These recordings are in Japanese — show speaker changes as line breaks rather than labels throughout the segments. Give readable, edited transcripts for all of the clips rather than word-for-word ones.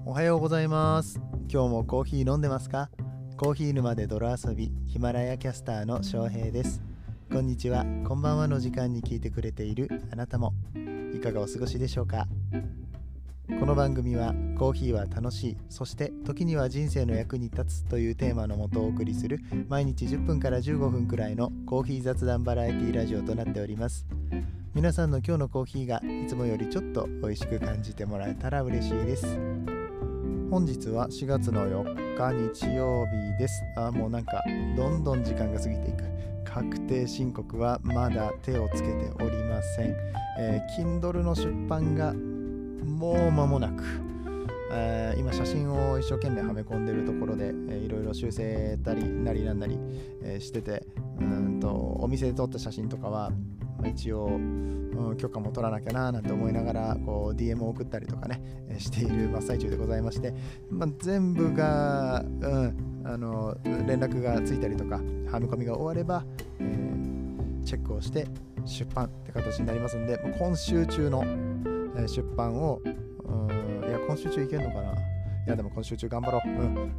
おはようございます。今日もコーヒー飲んでますか？コーヒー沼で泥遊び、ヒマラヤキャスターの翔平です。こんにちは、こんばんはの時間に聞いてくれているあなたもいかがお過ごしでしょうか？この番組はコーヒーは楽しい、そして時には人生の役に立つというテーマのもとお送りする毎日10分から15分くらいのコーヒー雑談バラエティラジオとなっております。皆さんの今日のコーヒーがいつもよりちょっと美味しく感じてもらえたら嬉しいです。本日は4月の4日日曜日です。もうなんかどんどん時間が過ぎていく。確定申告はまだ手をつけておりません。Kindle の出版がもう間もなく、今写真を一生懸命はめ込んでるところで、いろいろ修正なりなんなり、してて、お店で撮った写真とかは一応、許可も取らなきゃななんて思いながらこう DM を送ったりとかね、している真っ最中でございまして、全部が、連絡がついたりとかはめ込みが終われば、チェックをして出版って形になりますんで、今週中の、出版をいや今週中いけるのかな。いやでも今週中頑張ろう。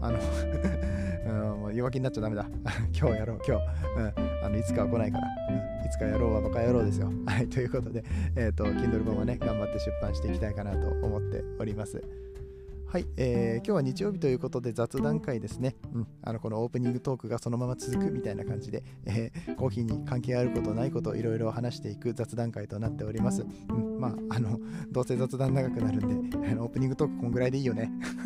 もう弱気になっちゃダメだ。今日やろう今日、いつかは来ないから、いつかやろうはバカ野郎ですよ。はい、ということで、Kindle 本はね頑張って出版していきたいかなと思っております。はい、今日は日曜日ということで雑談会ですね。このオープニングトークがそのまま続くみたいな感じで、コーヒーに関係あることないことをいろいろ話していく雑談会となっております。どうせ雑談長くなるんで、オープニングトークこんぐらいでいいよね。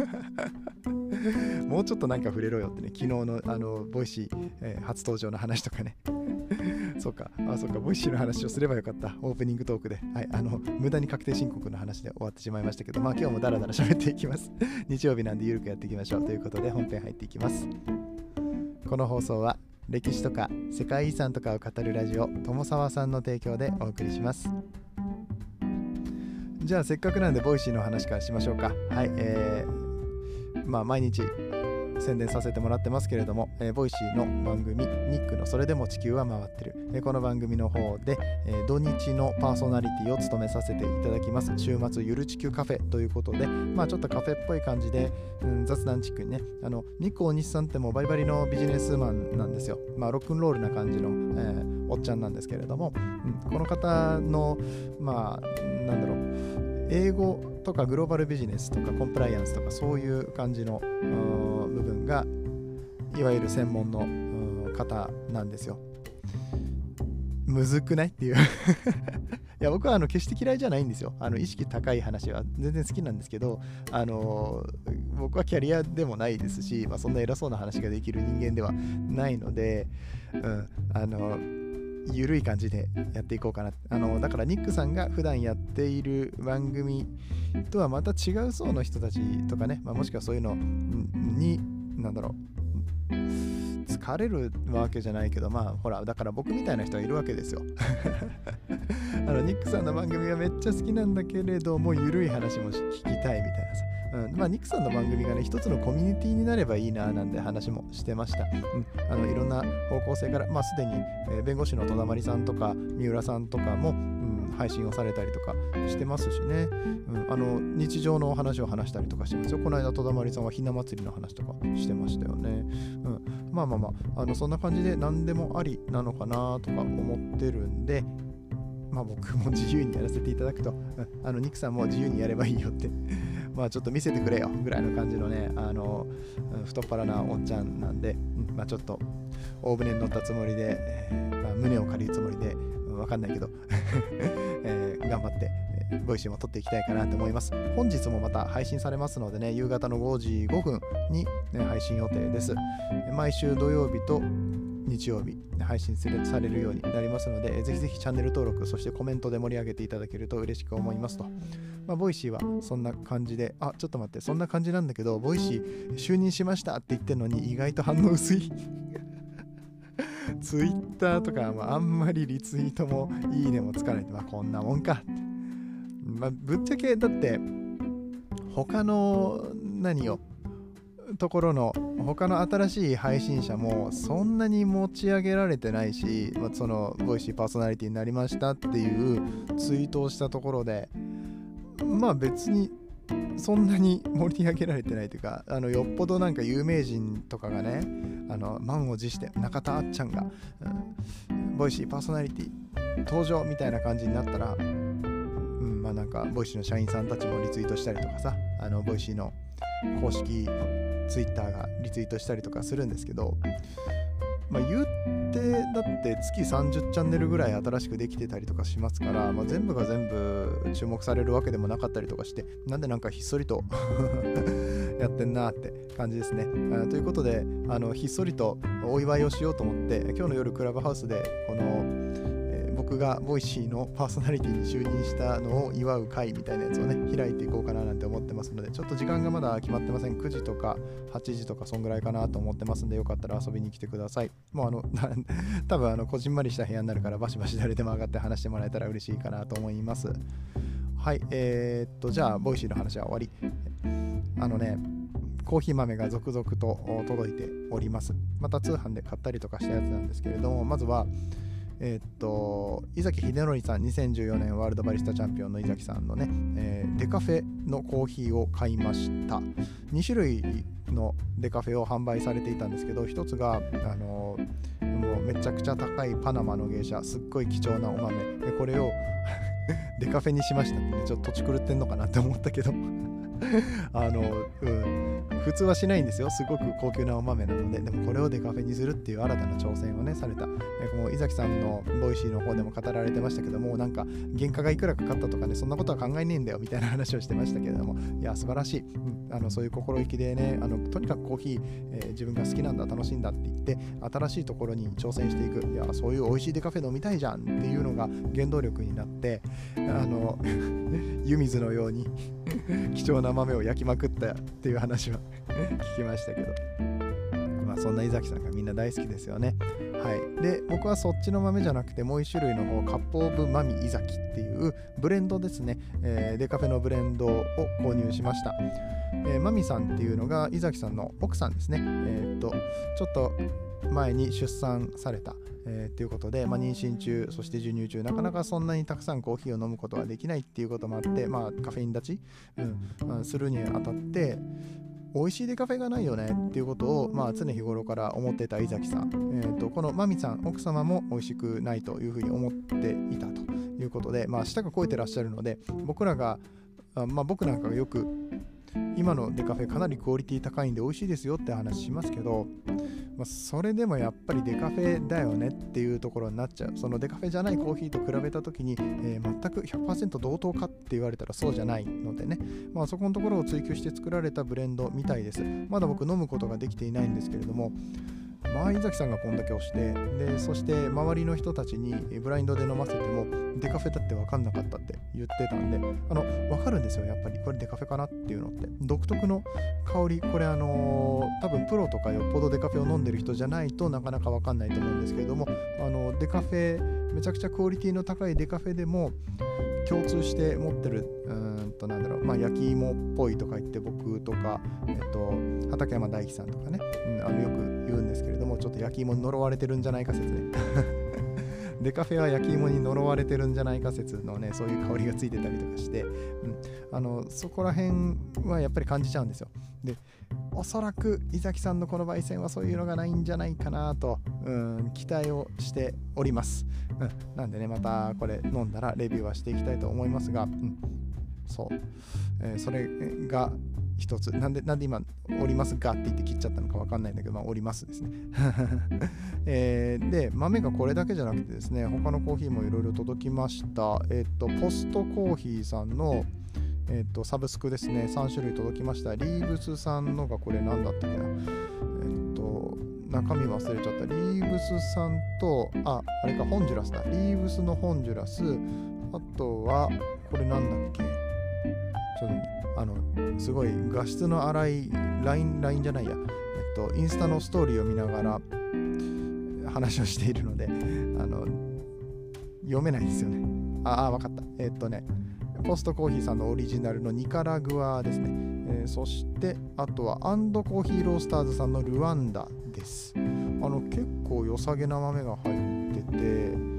もうちょっとなんか触れろよってね、昨日のボイシー、初登場の話とかね。そうか、ボイシーの話をすればよかった、オープニングトークで。はい、無駄に確定申告の話で終わってしまいましたけど、今日もダラダラ喋っていきます。日曜日なんでゆるくやっていきましょうということで本編入っていきます。この放送は歴史とか世界遺産とかを語るラジオ友沢さんの提供でお送りします。じゃあせっかくなんでボイシーの話からしましょうか。はい、毎日宣伝させてもらってますけれども、ボイシーの番組ニックのそれでも地球は回ってる、この番組の方で、土日のパーソナリティを務めさせていただきます週末ゆる地球カフェということで、ちょっとカフェっぽい感じで、雑談チックにね、ニック大西さんってもうバリバリのビジネスマンなんですよ。ロックンロールな感じの、おっちゃんなんですけれども、この方の英語とかグローバルビジネスとかコンプライアンスとかそういう感じの部分がいわゆる専門の方なんですよ。むずくないっていういや僕は決して嫌いじゃないんですよ。意識高い話は全然好きなんですけど、僕はキャリアでもないですし、そんな偉そうな話ができる人間ではないので、ゆるい感じでやっていこうかな。だからニックさんが普段やっている番組とはまた違う層の人たちとかね、もしくはそういうのに疲れるわけじゃないけど、ほらだから僕みたいな人はいるわけですよ。ニックさんの番組はめっちゃ好きなんだけれども、ゆるい話も聞きたいみたいなさ。ニックさんの番組がね一つのコミュニティになればいいななんて話もしてました。いろんな方向性からすでに、弁護士の戸田まりさんとか三浦さんとかも、配信をされたりとかしてますしね、日常の話を話したりとかしてますよ。この間戸田まりさんはひな祭りの話とかしてましたよね。そんな感じで何でもありなのかなとか思ってるんで、僕も自由にやらせていただくと、ニックさんも自由にやればいいよってちょっと見せてくれよぐらいの感じのね、太っ腹なおっちゃんなんで、ちょっと大船に乗ったつもりで、胸を借りるつもりで、わかんないけど、頑張ってボイシーも撮っていきたいかなと思います。本日もまた配信されますのでね、夕方の5時5分に、配信予定です。毎週土曜日と日曜日配信されるようになりますので、ぜひぜひチャンネル登録、そしてコメントで盛り上げていただけると嬉しく思いますと。ボイシーはそんな感じで、ちょっと待って、そんな感じなんだけど、ボイシー就任しましたって言ってるのに意外と反応薄い。ツイッターとかあんまりリツイートもいいねもつかないって、こんなもんかって。ぶっちゃけだって他のところの他の新しい配信者もそんなに持ち上げられてないし、そのボイシーパーソナリティになりましたっていうツイートをしたところで、別にそんなに盛り上げられてないというか、よっぽどなんか有名人とかがね、満を持して中田あっちゃんが、ボイシーパーソナリティ登場みたいな感じになったら、まあなんかボイシーの社員さんたちもリツイートしたりとかさ、ボイシーの公式ツイッターがリツイートしたりとかするんですけど、まあ言ってだって月30チャンネルぐらい新しくできてたりとかしますから、まあ、全部が全部注目されるわけでもなかったりとかして、なんでなんかひっそりとやってんなって感じですね。ということでひっそりとお祝いをしようと思って、今日の夜クラブハウスでこの、僕がボイシーのパーソナリティに就任したのを祝う会みたいなやつをね開いていこうかななんて思ってますので、ちょっと時間がまだ決まってません。9時とか8時とかそんぐらいかなと思ってますんで、よかったら遊びに来てください。もう多分こじんまりした部屋になるから、バシバシ誰でも上がって話してもらえたら嬉しいかなと思います。はい、じゃあボイシーの話は終わり。コーヒー豆が続々と届いております。また通販で買ったりとかしたやつなんですけれども、まずは井崎秀則さん、2014年ワールドバリスタチャンピオンの井崎さんのね、デカフェのコーヒーを買いました。2種類のデカフェを販売されていたんですけど、一つがもうめちゃくちゃ高いパナマの芸者、すっごい貴重なお豆で、これをデカフェにしましたって、ね、ちょっと土地狂ってんのかなって思ったけど普通はしないんですよ。すごく高級なお豆なので。でもこれをデカフェにするっていう新たな挑戦をねされた、この井崎さんのボイシーの方でも語られてましたけども、なんか原価がいくらかかったとかね、そんなことは考えねえんだよみたいな話をしてましたけれども、いや素晴らしい、そういう心意気でね、とにかくコーヒー、自分が好きなんだ、楽しいんだって言って新しいところに挑戦していく、いやそういう美味しいデカフェ飲みたいじゃんっていうのが原動力になって、湯水のように貴重な豆を焼きまくったっていう話は聞きましたけど、まあそんな井崎さんがみんな大好きですよね。はい。で、僕はそっちの豆じゃなくてもう一種類の方、カップオブマミ井崎っていうブレンドですね、デカフェのブレンドを購入しました。マミさんっていうのが井崎さんの奥さんですね。ちょっと前に出産されたということで、妊娠中、そして授乳中、なかなかそんなにたくさんコーヒーを飲むことはできないっていうこともあって、カフェイン立ち、するにあたって美味しいデカフェがないよねっていうことを、常日頃から思ってた井崎さん、このマミさん奥様も美味しくないというふうに思っていたということで、舌が肥えてらっしゃるので、僕なんかがよく今のデカフェかなりクオリティ高いんで美味しいですよって話しますけど、それでもやっぱりデカフェだよねっていうところになっちゃう。そのデカフェじゃないコーヒーと比べた時に、全く 100% 同等かって言われたらそうじゃないのでね、そこのところを追求して作られたブレンドみたいです。まだ僕飲むことができていないんですけれども、井崎さんがこんだけ押して、でそして周りの人たちにブラインドで飲ませてもデカフェだって分かんなかったって言ってたんで、分かるんですよ。やっぱりこれデカフェかなっていうのって独特の香り、これ多分プロとかよっぽどデカフェを飲んでる人じゃないとなかなか分かんないと思うんですけれども、デカフェ、めちゃくちゃクオリティの高いデカフェでも共通して持ってる焼き芋っぽいとか言って、僕とか、畠山大樹さんとかね、よく言うんですけれども、ちょっと焼き芋に呪われてるんじゃないか説ねデカフェは焼き芋に呪われてるんじゃないか説のね、そういう香りがついてたりとかして、そこら辺はやっぱり感じちゃうんですよ。で、おそらく井崎さんのこの焙煎はそういうのがないんじゃないかなと、期待をしております。なんでね、またこれ飲んだらレビューはしていきたいと思いますが、そう、それが一つ。なんで今おりますがって言って切っちゃったのか分かんないんだけど、おりますですねで、豆がこれだけじゃなくてですね、他のコーヒーもいろいろ届きました。ポストコーヒーさんのサブスクですね、3種類届きました。リーブスさんのがこれ何だったっけな、中身忘れちゃった。リーブスさんとあれか、ホンジュラスだ。リーブスのホンジュラス、あとはこれなんだっけ、ちょっとすごい画質の荒いラインじゃないや、インスタのストーリーを見ながら話をしているので読めないですよね。わかった。ポストコーヒーさんのオリジナルのニカラグアですね。そしてあとはアンドコーヒーロースターズさんのルワンダです。結構良さげな豆が入ってて、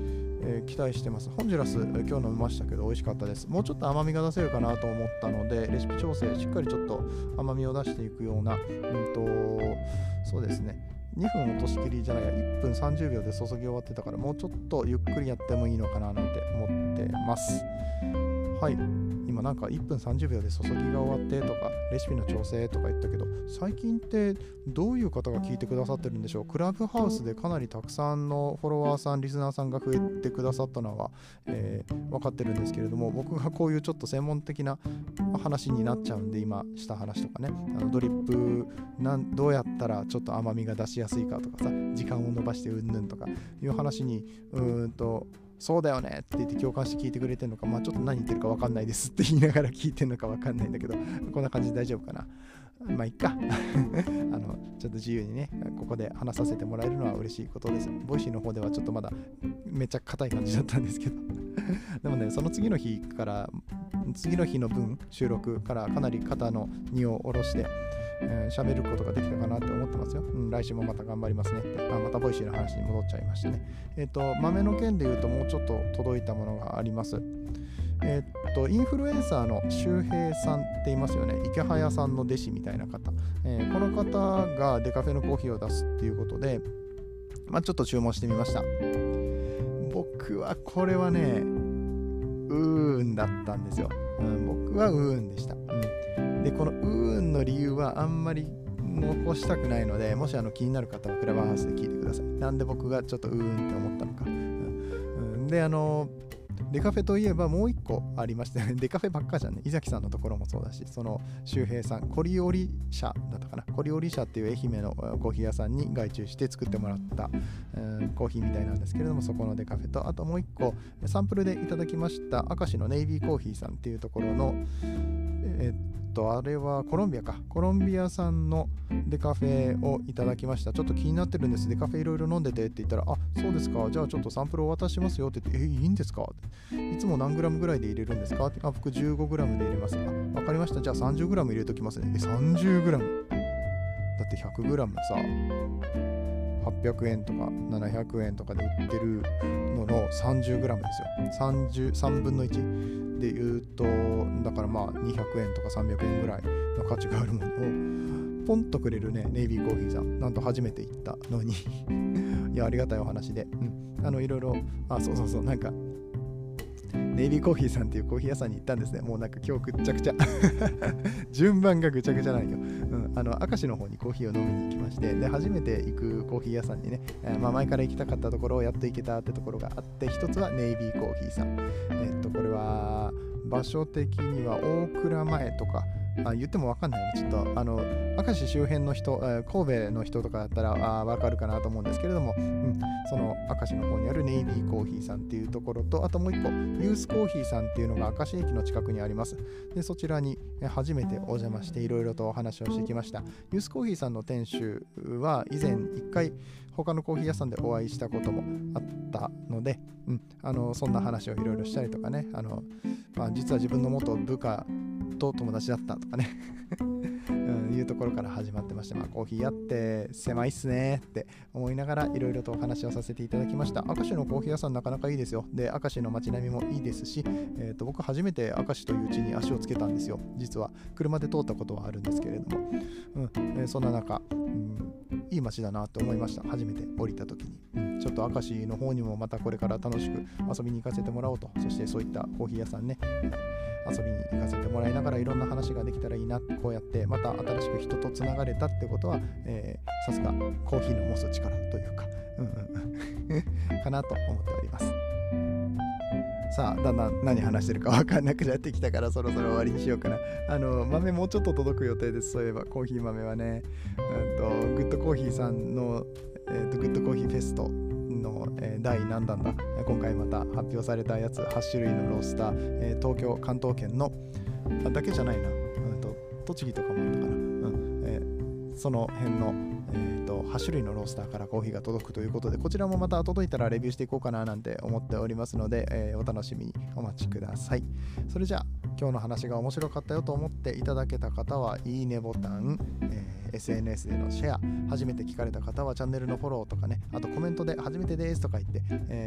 期待してます。ホンジュラス、今日飲みましたけど美味しかったです。もうちょっと甘みが出せるかなと思ったので、レシピ調整しっかりちょっと甘みを出していくような、そうですね、2分落としきりじゃないや、1分30秒で注ぎ終わってたから、もうちょっとゆっくりやってもいいのかななんて思ってます。はい、今なんか1分30秒で注ぎが終わってとかレシピの調整とか言ったけど、最近ってどういう方が聞いてくださってるんでしょう。クラブハウスでかなりたくさんのフォロワーさん、リスナーさんが増えてくださったのは、分かってるんですけれども、僕がこういうちょっと専門的な話になっちゃうんで、今した話とかね、ドリップどうやったらちょっと甘みが出しやすいかとかさ、時間を延ばしてうんぬんとかいう話にそうだよねって言って共感して聞いてくれてるのか、ちょっと何言ってるか分かんないですって言いながら聞いてるのか分かんないんだけど、こんな感じで大丈夫かな。いっかちょっと自由にね、ここで話させてもらえるのは嬉しいことです。ボイシーの方ではちょっとまだめっちゃ硬い感じだったんですけどでもね、その次の日の分、収録からかなり肩の荷を下ろして喋ることができたかなって思ってますよ。来週もまた頑張りますねって。またボイシーの話に戻っちゃいましてね。豆の件で言うともうちょっと届いたものがあります。インフルエンサーの周平さんって言いますよね。池早さんの弟子みたいな方。この方がデカフェのコーヒーを出すっていうことで、ちょっと注文してみました。僕はこれはね、だったんですよ。僕はでした。で、このの理由はあんまり残したくないので、もし気になる方はクラブハウスで聞いてください。なんで僕がちょっとって思ったのか。で、デカフェといえばもう一個ありまして、ね、デカフェばっかじゃんね。伊崎さんのところもそうだし、その周平さん、コリオリ社だったかな。コリオリ社っていう愛媛のコーヒー屋さんに外注して作ってもらった、コーヒーみたいなんですけれども、そこのデカフェと、あともう一個サンプルでいただきました明石のネイビーコーヒーさんっていうところのあれはコロンビア産のデカフェをいただきました。ちょっと気になってるんです。デカフェいろいろ飲んでてって言ったら、そうですか、じゃあちょっとサンプルお渡ししますよって言って、いいんですかって、いつも何グラムぐらいで入れるんですかって、僕15グラムで入れます。わかりました、じゃあ30グラム入れときますね。30グラムだって100グラムさ、800円とか700円とかで売ってるのの 30g ですよ。3分の1で言うと、だから200円とか300円ぐらいの価値があるものをポンとくれるね、ネイビーコーヒーさん。なんと初めて行ったのにいや、ありがたいお話で、いろいろ、そうなんかネイビーコーヒーさんっていうコーヒー屋さんに行ったんですね。もうなんか今日ぐっちゃぐちゃ順番がぐちゃぐちゃなんよ。明石の方にコーヒーを飲みに行きまして、で初めて行くコーヒー屋さんにね、前から行きたかったところをやっと行けたってところがあって、一つはネイビーコーヒーさん。これは場所的には大倉前とか、言っても分かんないね。ちょっと明石周辺の人、神戸の人とかだったら分かるかなと思うんですけれども、その明石の方にあるネイビーコーヒーさんっていうところと、あともう一個ユースコーヒーさんっていうのが明石駅の近くにあります。でそちらに初めてお邪魔していろいろとお話をしてきました。ユースコーヒーさんの店主は以前一回他のコーヒー屋さんでお会いしたこともあったので、そんな話をいろいろしたりとかね、実は自分の元部下と友達だったとかねいうところから始まってまして、コーヒー屋って狭いっすねって思いながらいろいろとお話をさせていただきました。明石のコーヒー屋さんなかなかいいですよ。で、明石の街並みもいいですし、僕初めて明石という地に足をつけたんですよ。実は車で通ったことはあるんですけれども、そんな中、いい街だなって思いました。初めて降りた時に、ちょっと明石の方にもまたこれから楽しく遊びに行かせてもらおうと。そしてそういったコーヒー屋さんね、遊びに行かせてもらいながらいろんな話ができたらいいな。こうやってまた新しく人とつながれたってことは、さすがコーヒーの持つ力というか、かなと思っております。さあ、だんだん何話してるか分かんなくなってきたから、そろそろ終わりにしようかな。豆もうちょっと届く予定です。そういえばコーヒー豆はね、グッドコーヒーさんの、グッドコーヒーフェストの、第何弾だ、今回また発表されたやつ、8種類のロースター、東京関東圏のだけじゃないな、栃木とかもあったかな、その辺の、8種類のロースターからコーヒーが届くということで、こちらもまた届いたらレビューしていこうかななんて思っておりますので、お楽しみにお待ちください。それじゃあ今日の話が面白かったよと思っていただけた方はいいねボタン、SNS でのシェア、初めて聞かれた方はチャンネルのフォローとかね、あとコメントで初めてですとか言って、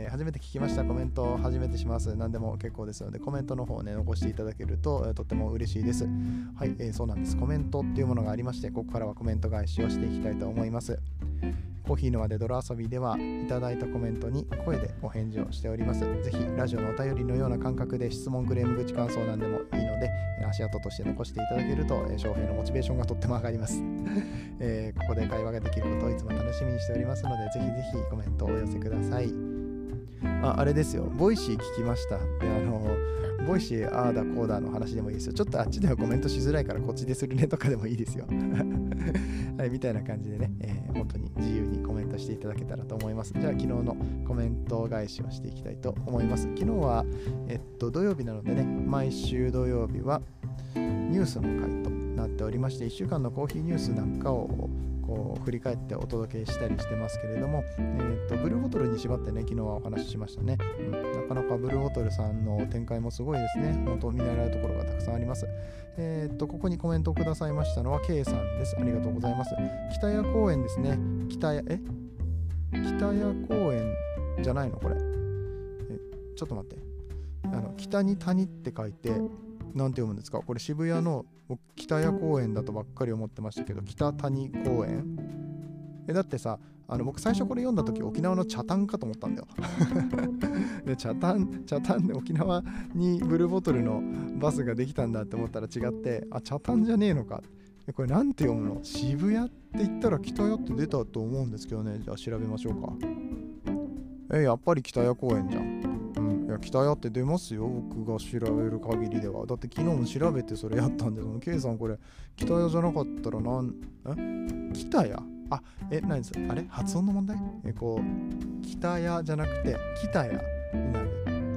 初めて聞きました、コメント初めてします、何でも結構ですのでコメントの方をね残していただけると、とっても嬉しいです。はい、そうなんです。コメントっていうものがありまして、ここからはコメント返しをしていきたいと思います。コーヒー沼で泥遊びではいただいたコメントに声でお返事をしております。ぜひラジオのお便りのような感覚で質問、クレーム、口感想なんでもいいので、足跡として残していただけると、翔平のモチベーションがとっても上がります。ここで会話ができることをいつも楽しみにしておりますので、ぜひぜひコメントをお寄せください。あれですよ、ボイシー聞きました。で、ボイシーあーだこうだの話でもいいですよ。ちょっとあっちではコメントしづらいからこっちでするねとかでもいいですよ。はい、みたいな感じでね、本当に自由にコメントしていただけたらと思います。じゃあ昨日のコメント返しをしていきたいと思います。昨日は、土曜日なのでね、毎週土曜日はニュースの回となっておりまして、1週間のコーヒーニュースなんかを振り返ってお届けしたりしてますけれども、ブルーボトルに縛ってね、昨日はお話ししましたね。なかなかブルーボトルさんの展開もすごいですね。本当見習うところがたくさんあります。ここにコメントをくださいましたのは K さんです。ありがとうございます。北谷公園ですね。北谷公園じゃないのこれ。ちょっと待って。北に谷って書いて、なんて読むんですかこれ。渋谷の北谷公園だとばっかり思ってましたけど、北谷公園だってさ、僕最初これ読んだ時沖縄の北谷かと思ったんだよ。で、北谷で沖縄にブルーボトルのバスができたんだって思ったら違って、北谷じゃねえのか。これなんて読むの？渋谷って言ったら北谷って出たと思うんですけどね。じゃあ調べましょうか。やっぱり北谷公園じゃん。いや北谷って出ますよ、僕が調べる限りでは。だって昨日も調べてそれやったんで、K さんこれ北谷じゃなかったら北谷？何ですあれ発音の問題？北谷じゃなくて北谷になる。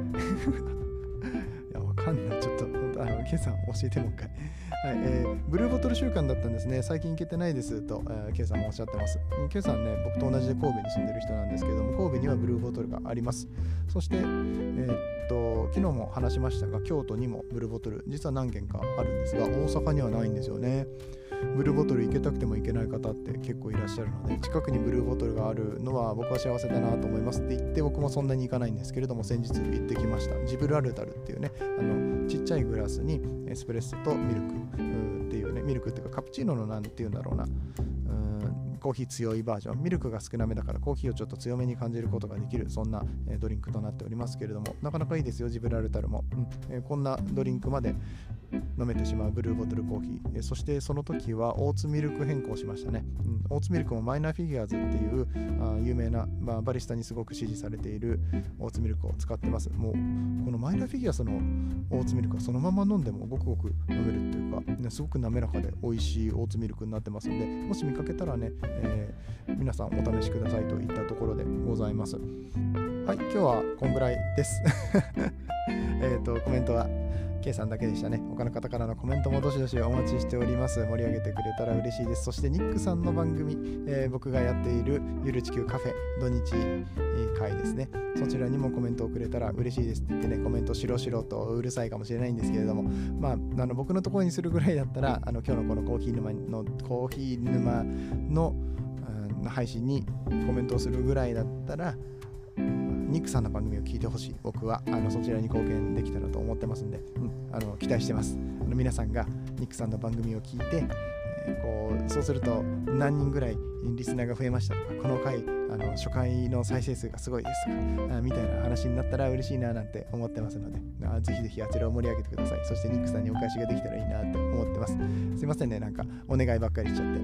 いや、わかんない。ちょっとK さん教えてもう一回。はい、ブルーボトル週間だったんですね。最近行けてないですと、K さんもおっしゃってます。K さんね、僕と同じで神戸に住んでる人なんですけども、神戸にはブルーボトルがあります。そして、昨日も話しましたが、京都にもブルーボトル実は何軒かあるんですが、大阪にはないんですよね。ブルーボトル行けたくても行けない方って結構いらっしゃるので、近くにブルーボトルがあるのは僕は幸せだなと思いますって言って、僕もそんなに行かないんですけれども、先日行ってきました。ジブラルタルっていうね、ちっちゃいグラスにエスプレッソとミルクっていうね、ミルクっていうかカプチーノのなんていうんだろうな、コーヒー強いバージョン、ミルクが少なめだからコーヒーをちょっと強めに感じることができる、そんなドリンクとなっておりますけれども、なかなかいいですよ、ジブラルタルも。こんなドリンクまで飲めてしまうブルーボトルコーヒー。そしてその時はオーツミルク変更しましたね。オーツミルクもマイナーフィギュアーズっていう有名な、バリスタにすごく支持されているオーツミルクを使ってます。もうこのマイナーフィギュアーズのオーツミルクはそのまま飲んでもごくごく飲めるっていうか、すごく滑らかで美味しいオーツミルクになってますので、もし見かけたらね、皆さんお試しくださいといったところでございます。はい、今日はこんぐらいです。コメントはK さんだけでしたね。他の方からのコメントもどしどしお待ちしております。盛り上げてくれたら嬉しいです。そしてニックさんの番組、僕がやっているゆる地球カフェ土日会ですね。そちらにもコメントをくれたら嬉しいですって言ってね、コメントしろしろとうるさいかもしれないんですけれども、僕のところにするぐらいだったら、今日のこのコーヒー沼の配信にコメントをするぐらいだったら、ニックさんの番組を聞いてほしい。僕はそちらに貢献できたらと思ってますんで、期待してます。皆さんがニックさんの番組を聞いて、そうすると何人ぐらいリスナーが増えましたとか、この回初回の再生数がすごいですとか、みたいな話になったら嬉しいななんて思ってますので、ぜひぜひあちらを盛り上げてください。そしてニックさんにお返しができたらいいなって思ってます。すいませんね、なんかお願いばっかりしちゃって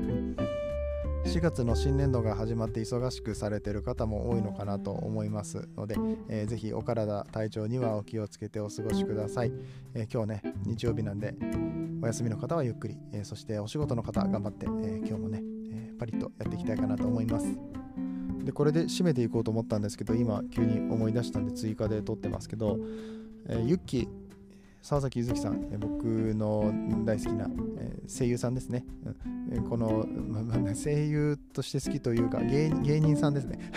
。4月の新年度が始まって忙しくされている方も多いのかなと思いますので、ぜひお体体調にはお気をつけてお過ごしください。今日ね日曜日なんで、お休みの方はゆっくり、そしてお仕事の方頑張って、今日もね、パリッとやっていきたいかなと思います。でこれで締めていこうと思ったんですけど、今急に思い出したんで追加で撮ってますけど、ユッキー沢崎ゆずきさん、僕の大好きな、声優さんですね。この、声優として好きというか芸人さんですね。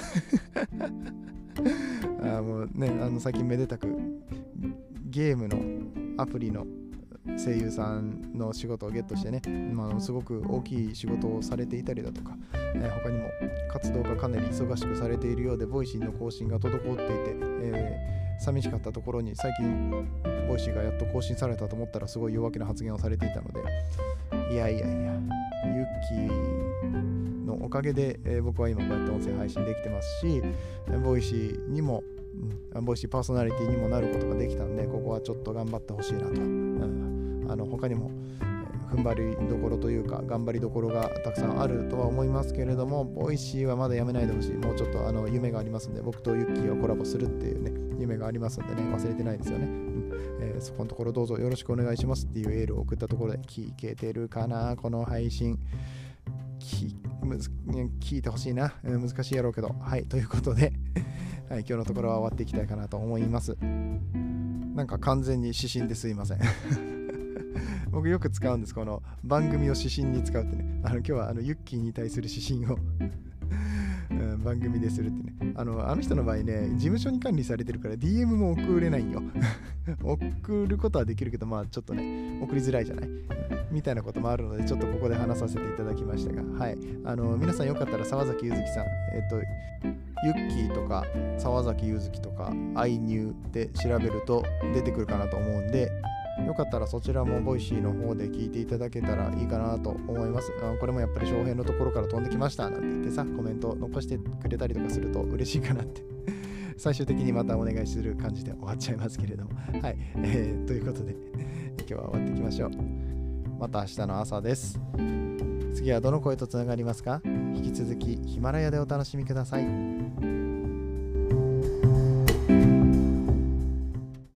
もうね、最近めでたくゲームのアプリの声優さんの仕事をゲットしてね、すごく大きい仕事をされていたりだとか、他にも活動がかなり忙しくされているようで、ボイシーの更新が滞っていて、寂しかったところに最近ボイシーがやっと更新されたと思ったらすごい弱気な発言をされていたので、いやユッキーのおかげで、僕は今こうやって音声配信できてますし、ボイシーにもボイシーパーソナリティにもなることができたんで、ここはちょっと頑張ってほしいなと、他にも踏ん張りどころというか頑張りどころがたくさんあるとは思いますけれども、ボイシーはまだやめないでほしい。もうちょっと夢がありますんで、僕とユッキーはコラボするっていうね夢がありますんでね、忘れてないですよね。そこのところどうぞよろしくお願いしますっていうエールを送ったところで、聞けてるかなこの配信。聞いてほしいな、難しいやろうけど、はいということではい、今日のところは終わっていきたいかなと思います。なんか完全に指針ですいません僕よく使うんです、この番組を指針に使うってね。今日はユッキーに対する指針を番組でするってね。あの人の場合ね、事務所に管理されてるから DM も送れないんよ送ることはできるけど、ちょっとね送りづらいじゃないみたいなこともあるので、ちょっとここで話させていただきましたが、はい、皆さんよかったら沢崎ゆずきさん、ユッキーとか沢崎ゆずきとかアイニューで調べると出てくるかなと思うんで、よかったらそちらもボイシーの方で聞いていただけたらいいかなと思います。これもやっぱり翔平のところから飛んできましたなんて言ってさ、コメント残してくれたりとかすると嬉しいかなって最終的にまたお願いする感じで終わっちゃいますけれども、はい、ということで今日は終わっていきましょう。また明日の朝です。次はどの声とつながりますか？引き続きヒマラヤでお楽しみください。